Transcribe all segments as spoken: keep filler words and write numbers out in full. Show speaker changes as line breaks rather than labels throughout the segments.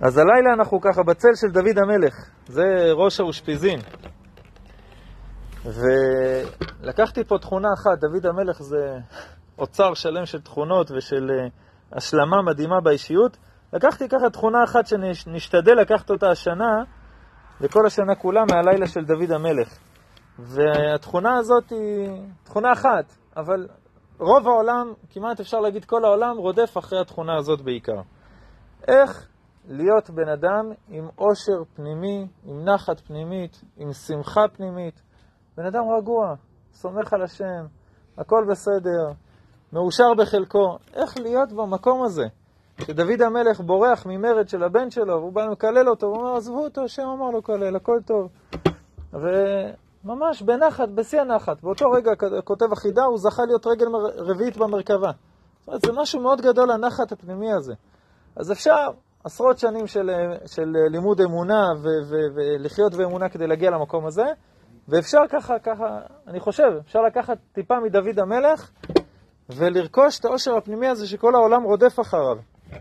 אז הלילה אנחנו ככה בצל של דוד המלך, זה ראש האושפיזין. ולקחתי פה תכונה אחת, דוד המלך זה אוצר שלם של תכונות ושל השלמה מדהימה באישיות. לקחתי ככה תכונה אחת שנשתדל לקחת אותה השנה, וכל השנה כולה מהלילה של דוד המלך. והתכונה הזאת היא תכונה אחת, אבל רוב העולם, כמעט אפשר להגיד כל העולם, רודף אחרי התכונה הזאת בעיקר. איך להיות בן אדם עם עושר פנימי, עם נחת פנימית, עם שמחה פנימית. בן אדם רגוע, סומך על השם, הכל בסדר, מאושר בחלקו. איך להיות במקום הזה? שדוד המלך בורח ממרד של הבן שלו, והוא בא מקלל אותו, הוא אומר, עזבו אותו, השם אמר לו כלל, הכל טוב. וממש בנחת, בשיא הנחת, באותו רגע כותב החידה, הוא זכה להיות רגל רביעית במרכבה. זאת אומרת, זה משהו מאוד גדול, הנחת הפנימי הזה. אז אפשר עשרות שנים של, של לימוד אמונה ו- ו- ולחיות באמונה כדי להגיע למקום הזה, ואפשר ככה, ככה, אני חושב, אפשר לקחת טיפה מדוד המלך ולרכוש את העושר הפנימי הזה שכל העולם רודף אחריו.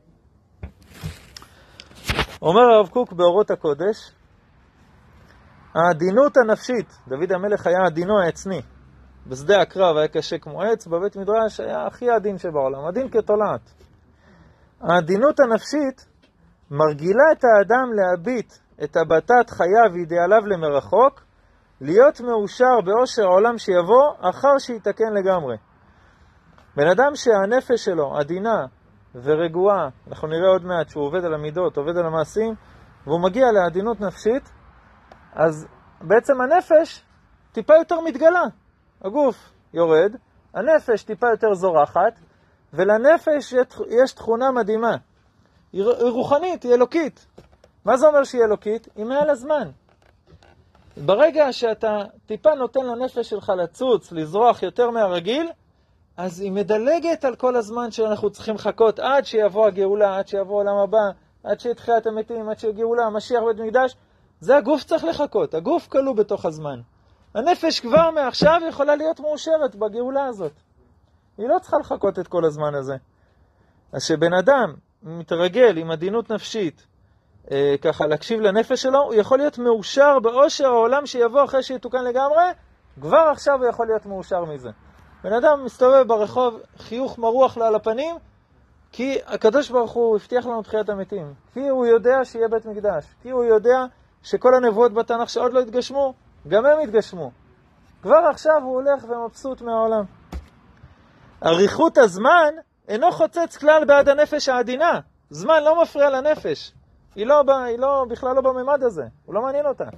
אומר הרב קוק באורות הקודש, העדינות הנפשית, דוד המלך היה עדינו העצני, בשדה הקרב היה קשה כמו עץ, בבית מדרש היה הכי עדין שבעולם, עדין כתולעת. העדינות הנפשית מרגילה את האדם להביט את הבטת חייו ואידיאליו למרחוק, להיות מאושר באושר העולם שיבוא אחר שיתקן לגמרי. בן אדם שהנפש שלו עדינה ורגועה, אנחנו נראה עוד מעט שהוא עובד על המידות, עובד על המעשים, והוא מגיע לעדינות נפשית, אז בעצם הנפש טיפה יותר מתגלה. הגוף יורד, הנפש טיפה יותר זורחת, ולנפש יש תכונה מדהימה. היא רוחנית, היא אלוקית. מה זה אומר שהיא אלוקית? היא מעל הזמן. ברגע שאתה טיפה נותן לנפש שלך לצוץ, לזרוח יותר מהרגיל, אז היא מדלגת על כל הזמן שאנחנו צריכים לחכות עד שיבוא הגאולה, עד שיבוא העולם הבא, עד שיתחיית המתים, עד שיגאולה, המשיח בית מקדש. זה הגוף צריך לחכות, הגוף כלוא בתוך הזמן. הנפש כבר מעכשיו יכולה להיות מאושרת בגאולה הזאת. היא לא צריכה לחכות את כל הזמן הזה. אז שבן אדם מתרגל עם עדינות נפשית, אה, ככה להקשיב לנפש שלו, הוא יכול להיות מאושר באושר העולם שיבוא אחרי שיתוקן לגמרי, כבר עכשיו הוא יכול להיות מאושר מזה. בן אדם מסתובב ברחוב, חיוך מרוח לו על הפנים, כי הקדוש ברוך הוא הבטיח לנו תחיית המתים. כי הוא יודע שיהיה בית מקדש. כי הוא יודע שכל הנבואות בתנ"ך שעוד לא התגשמו, גם הם התגשמו. כבר עכשיו הוא הולך ומבסוט מהעולם. אריכות הזמן אינו חוצץ כלל בעד הנפש העדינה. זמן לא מפריע לנפש. היא לא, היא לא, בכלל לא בממד הזה. הוא לא מעניין אותה.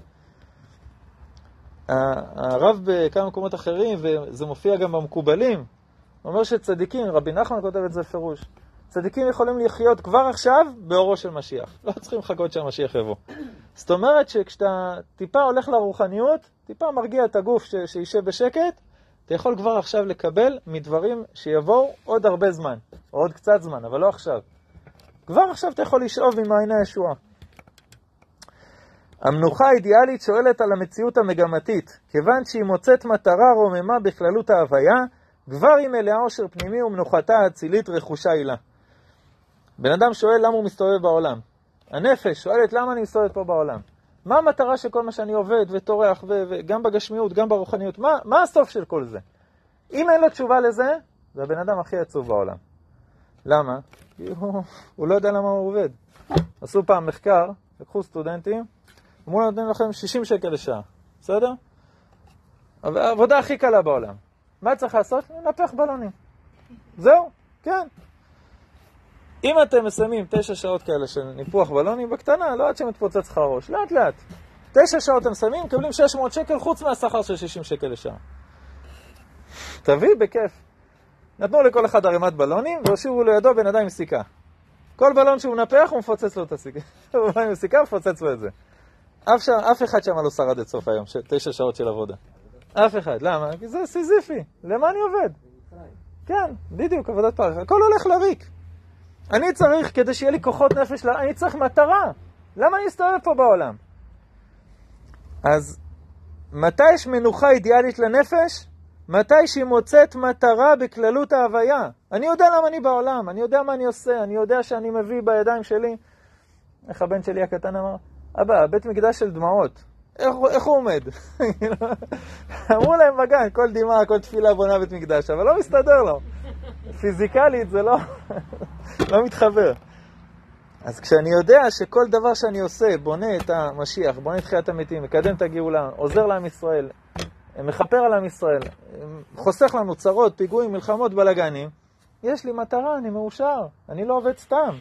הרב בכמה מקומות אחרים, וזה מופיע גם במקובלים, אומר שצדיקים, רבי נחמן כותב את זה פירוש, צדיקים יכולים לחיות כבר עכשיו באורו של משיח. לא צריכים לחכות שהמשיח יבוא. זאת אומרת שכשאתה טיפה הולך לרוחניות, טיפה מרגיע את הגוף ש- שישב בשקט, אתה יכול כבר עכשיו לקבל מדברים שיבואו עוד הרבה זמן, או עוד קצת זמן, אבל לא עכשיו. כבר עכשיו אתה יכול לשאוב ממעייני הישועה. המנוחה האידיאלית שואלת על המציאות המגמתית, כיוון שהיא מוצאת מטרה רוממה בכללות ההוויה, כבר היא מלאה עושר פנימי ומנוחתה האצילית רכושה הילה. בן אדם שואל למה הוא מסתובב בעולם. הנפש שואלת למה אני מסתובב פה בעולם. מה המטרה של כל מה שאני עובד וטורח, ו- וגם בגשמיות, גם ברוחניות? מה, מה הסוף של כל זה? אם אין לו תשובה לזה, זה הבן אדם הכי עצוב בעולם. למה? כי הוא, הוא לא יודע למה הוא עובד. עשו פעם מחקר, לקחו סטודנטים, אמרו נותנים לכם שישים שקל לשעה, בסדר? העבודה הכי קלה בעולם. מה צריך לעשות? לנפח בלונים. זהו, כן. אם אתם מסיימים תשע שעות כאלה של ניפוח בלונים בקטנה, לא עד שמתפוצץ לך הראש, לאט לאט. תשע שעות אתם מסיימים, מקבלים שש מאות שקל חוץ מהשכר של שישים שקל לשעה. תביא בכיף. נתנו לכל אחד ערימת בלונים, והושיבו לידו בן אדם עם סיכה. כל בלון שהוא מנפח, הוא מפוצץ לו את הסיכה. הוא בא עם סיכה, מפוצץ לו את זה. אף, ש... אף אחד שם לא שרד את סוף היום, ש... תשע שעות של עבודה. אף אחד. למה? כי זה סיזיפי. למה אני עובד? כן, בדיוק, עבודת פרך. הכל הולך לריק. אני צריך, כדי שיהיה לי כוחות נפש, אני צריך מטרה. למה אני אסתובב פה בעולם? אז מתי יש מנוחה אידיאלית לנפש? מתי שהיא מוצאת מטרה בכללות ההוויה. אני יודע למה אני בעולם, אני יודע מה אני עושה, אני יודע שאני מביא בידיים שלי איך הבן שלי הקטן אמר? אבא, בית מקדש של דמעות. איך, איך הוא עומד? אמרו להם בגן, כל דמעה, כל תפילה בונה בית מקדש, אבל לא מסתדר לו. פיזיקלית זה לא, לא מתחבר. אז כשאני יודע שכל דבר שאני עושה, בונה את המשיח, בונה את תחיית המתים, מקדם את הגאולה, עוזר לעם ישראל, מחפר על עם ישראל, חוסך לנו צרות, פיגועים, מלחמות, בלגנים, יש לי מטרה, אני מאושר, אני לא עובד סתם.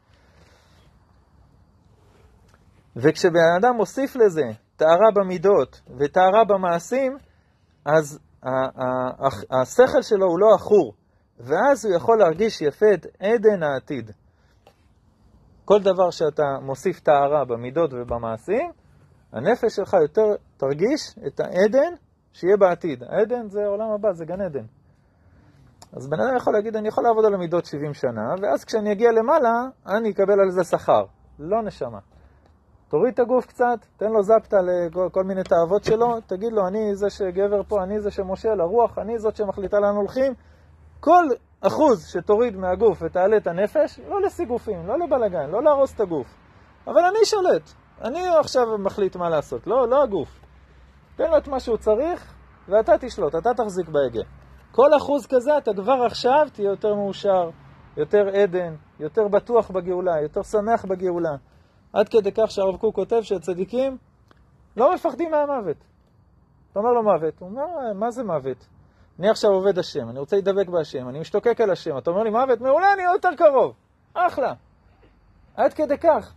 וכשבן אדם מוסיף לזה תארה במידות ותארה במעשים, אז השכל שלו הוא לא אחור, ואז הוא יכול להרגיש יפה את עדן העתיד. כל דבר שאתה מוסיף תארה במידות ובמעשים, הנפש שלך יותר תרגיש את העדן שיהיה בעתיד. העדן זה עולם הבא, זה גן עדן. אז בן אדם יכול להגיד, אני יכול לעבוד על המידות שבעים שנה, ואז כשאני אגיע למעלה, אני אקבל על זה שכר. לא נשמה. תוריד את הגוף קצת, תן לו זפתה לכל מיני תאוות שלו, תגיד לו, אני זה שגבר פה, אני זה שמושל, הרוח, אני זאת שמחליטה לאן הולכים. כל אחוז שתוריד מהגוף ותעלה את הנפש, לא לסיגופים, לא לבלגן, לא להרוס את הגוף. אבל אני שולט. אני עכשיו מחליט מה לעשות, לא, לא הגוף. תן לו את מה שהוא צריך, ואתה תשלוט, אתה תחזיק בהגה. כל אחוז כזה, אתה כבר עכשיו תהיה יותר מאושר, יותר עדן, יותר בטוח בגאולה, יותר שמח בגאולה. עד כדי כך שהרב קוק כותב שהצדיקים לא מפחדים מהמוות. אתה אומר לו מוות, הוא אומר, מה זה מוות? אני עכשיו עובד השם, אני רוצה להידבק בהשם, אני משתוקק על השם. אתה אומר לי מוות, מעולה, אני יותר קרוב. אחלה. עד כדי כך.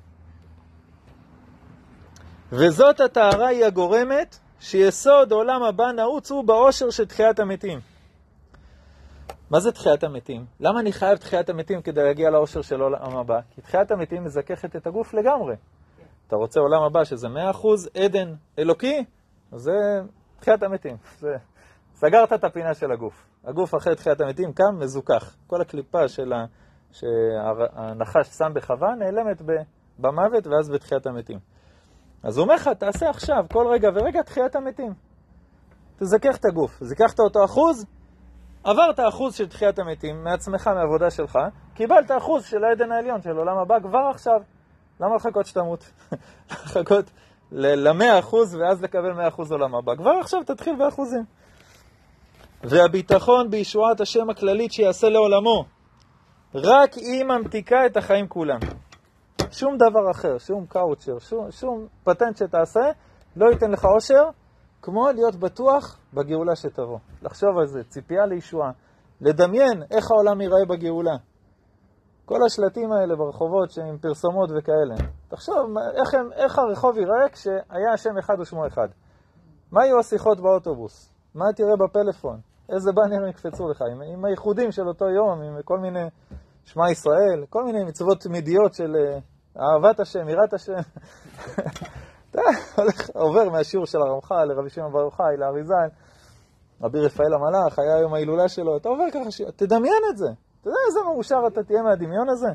וזאת התארה היא הגורמת שיסוד עולם הבא נעוץ הוא באושר של תחיית המתים. מה זה תחיית המתים? למה אני חייב תחיית המתים כדי להגיע לאושר של עולם הבא? כי תחיית המתים מזככת את הגוף לגמרי. אתה רוצה עולם הבא שזה מאה אחוז עדן אלוקי? אז זה תחיית המתים. זה... סגרת את הפינה של הגוף. הגוף אחרי תחיית המתים קם מזוכח. כל הקליפה של ה... שהנחש שם בחווה נעלמת במוות ואז בתחיית המתים. אז הוא אומר לך, תעשה עכשיו, כל רגע ורגע תחיית המתים. תזכך את הגוף. זכחת אותו אחוז, עברת אחוז של תחיית המתים מעצמך, מעבודה שלך, קיבלת אחוז של העדן העליון של עולם הבא כבר עכשיו. למה לחכות שתמות? לחכות ל-מאה אחוז ואז לקבל מאה אחוז עולם הבא. כבר עכשיו תתחיל באחוזים. והביטחון בישועת השם הכללית שיעשה לעולמו, רק היא ממתיקה את החיים כולם. שום דבר אחר, שום קאוצ'ר, שום, שום פטנט שתעשה, לא ייתן לך אושר, כמו להיות בטוח בגאולה שתבוא. לחשוב על זה, ציפייה לישועה, לדמיין איך העולם ייראה בגאולה. כל השלטים האלה ברחובות שהם פרסומות וכאלה. תחשוב איך, הם, איך הרחוב ייראה כשהיה השם אחד ושמו אחד. מה יהיו השיחות באוטובוס? מה תראה בפלאפון? איזה בנר יקפצו לך? עם, עם הייחודים של אותו יום, עם כל מיני שמע ישראל, כל מיני מצוות תמידיות של אהבת השם, יראת השם. אתה הולך, עובר מהשיעור של הרמח"ל לרבי שמעון בר יוחאי, לאריזל, רבי רפאל המלאך, היה יום ההילולה שלו, אתה עובר ככה, תדמיין את זה. אתה יודע איזה מאושר אתה תהיה מהדמיון הזה?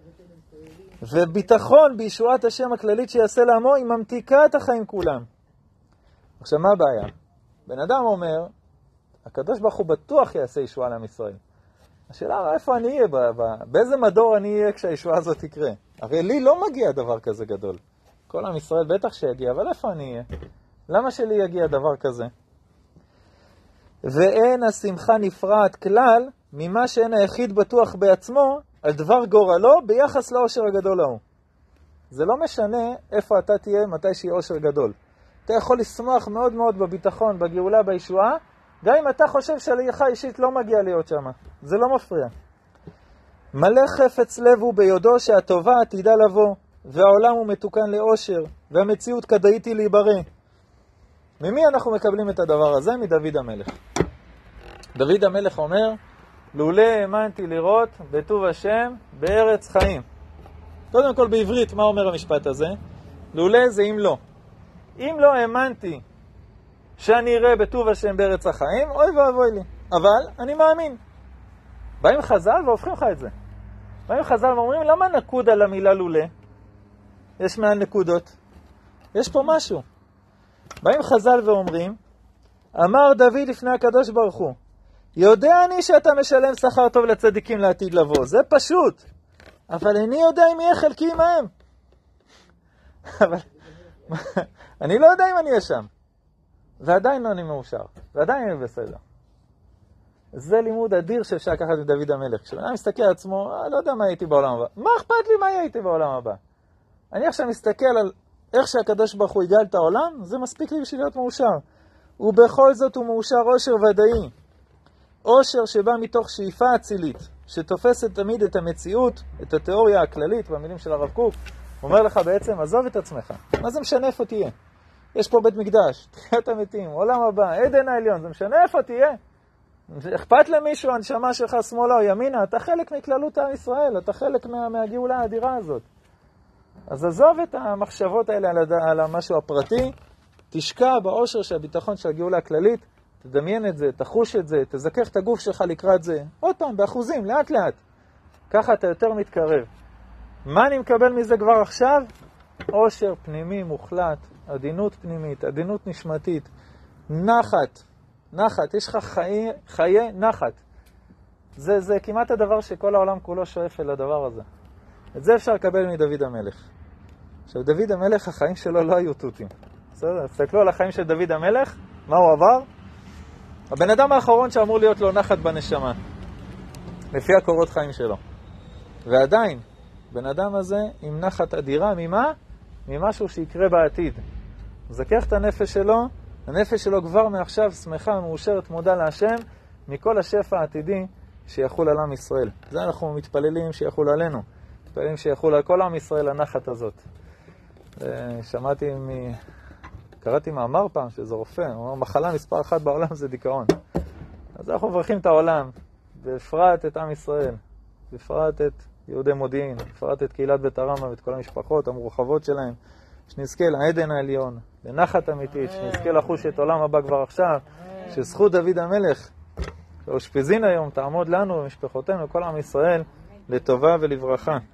וביטחון בישועת השם הכללית שיעשה לעמו, היא ממתיקה את החיים כולם. עכשיו, מה הבעיה? בן אדם אומר, הקדוש ברוך הוא בטוח יעשה ישועה לעם ישראל. השאלה, איפה אני אהיה? באיזה מדור אני אהיה כשהישועה הזאת תקרה? הרי לי לא מגיע דבר כזה גדול. כל עם ישראל בטח שיגיע, אבל איפה אני אהיה? למה שלי יגיע דבר כזה? ואין השמחה נפרעת כלל ממה שאין היחיד בטוח בעצמו על דבר גורלו ביחס לאושר הגדול ההוא. זה לא משנה איפה אתה תהיה, מתי שיהיה אושר גדול. אתה יכול לשמוח מאוד מאוד בביטחון, בגאולה, בישועה, גם אם אתה חושב שלך אישית לא מגיע להיות שם. זה לא מפריע. מלא חפץ לב הוא ביודו שהטובה עתידה לבוא, והעולם הוא מתוקן לאושר, והמציאות כדאית היא להיברא. ממי אנחנו מקבלים את הדבר הזה? מדוד המלך. דוד המלך אומר, לולא האמנתי לראות בטוב השם בארץ חיים. קודם כל בעברית, מה אומר המשפט הזה? לולא זה אם לא. אם לא האמנתי שאני אראה בטוב השם בארץ החיים, אוי ואבוי לי. אבל אני מאמין. באים חז"ל והופכים לך את זה. באים חז"ל ואומרים, למה נקוד על המילה לולא? יש מעל נקודות. יש פה משהו. באים חז"ל ואומרים, אמר דוד לפני הקדוש ברוך הוא, יודע אני שאתה משלם שכר טוב לצדיקים לעתיד לבוא. זה פשוט. אבל איני יודע אם יהיה חלקי עמהם. אבל אני לא יודע אם אני אהיה שם. ועדיין לא אני מאושר. ועדיין אני בסדר. זה לימוד אדיר שאפשר לקחת מדוד המלך. כשאני מסתכל על עצמו, לא יודע מה הייתי בעולם הבא. מה אכפת לי מה הייתי בעולם הבא? אני עכשיו מסתכל על איך שהקדוש ברוך הוא יגאל את העולם, זה מספיק לי בשביל להיות מאושר. ובכל זאת הוא מאושר אושר ודאי. אושר שבא מתוך שאיפה אצילית, שתופסת תמיד את המציאות, את התיאוריה הכללית, במילים של הרב קוק. הוא אומר לך בעצם, עזוב את עצמך. מה זה משנה איפה תהיה? יש פה בית מקדש, תחיית המתים, עולם הבא, עדן העליון, זה משנה איפה תהיה? אכפת למישהו, הנשמה שלך שמאלה או ימינה, אתה חלק מכללות עם ישראל, אתה חלק מה, מהגאולה האדירה הזאת. אז עזוב את המחשבות האלה על, הד... על המשהו הפרטי, תשקע באושר של הביטחון של הגאולה הכללית, תדמיין את זה, תחוש את זה, תזכך את הגוף שלך לקראת זה. עוד פעם, באחוזים, לאט לאט. ככה אתה יותר מתקרב. מה אני מקבל מזה כבר עכשיו? אושר פנימי מוחלט, עדינות פנימית, עדינות נשמתית, נחת, נחת, יש לך חיי, חיי נחת. זה, זה כמעט הדבר שכל העולם כולו שואף אל הדבר הזה. את זה אפשר לקבל מדוד המלך. עכשיו, דוד המלך, החיים שלו לא היו תותים. בסדר? תסתכלו על החיים של דוד המלך, מה הוא עבר? הבן אדם האחרון שאמור להיות לו נחת בנשמה, לפי הקורות חיים שלו. ועדיין, בן אדם הזה עם נחת אדירה, ממה? ממשהו שיקרה בעתיד. זכך את הנפש שלו, הנפש שלו כבר מעכשיו שמחה, מאושרת, מודה להשם, מכל השפע העתידי שיחול על עם ישראל. זה אנחנו מתפללים שיחול עלינו. מתפללים שיחול על כל עם ישראל הנחת הזאת. שמעתי מ... קראתי מאמר פעם שזה רופא, הוא אומר, מחלה מספר אחת בעולם זה דיכאון. אז אנחנו מברכים את העולם, בפרט את עם ישראל, בפרט את יהודי מודיעין, בפרט את קהילת בית הרמה ואת כל המשפחות המורחבות שלהם, שנזכה לעדן העליון, לנחת אמיתית, שנזכה לחוש את עולם הבא כבר עכשיו, שזכות דוד המלך, שאושפזין היום, תעמוד לנו ומשפחותינו, כל עם ישראל, לטובה ולברכה.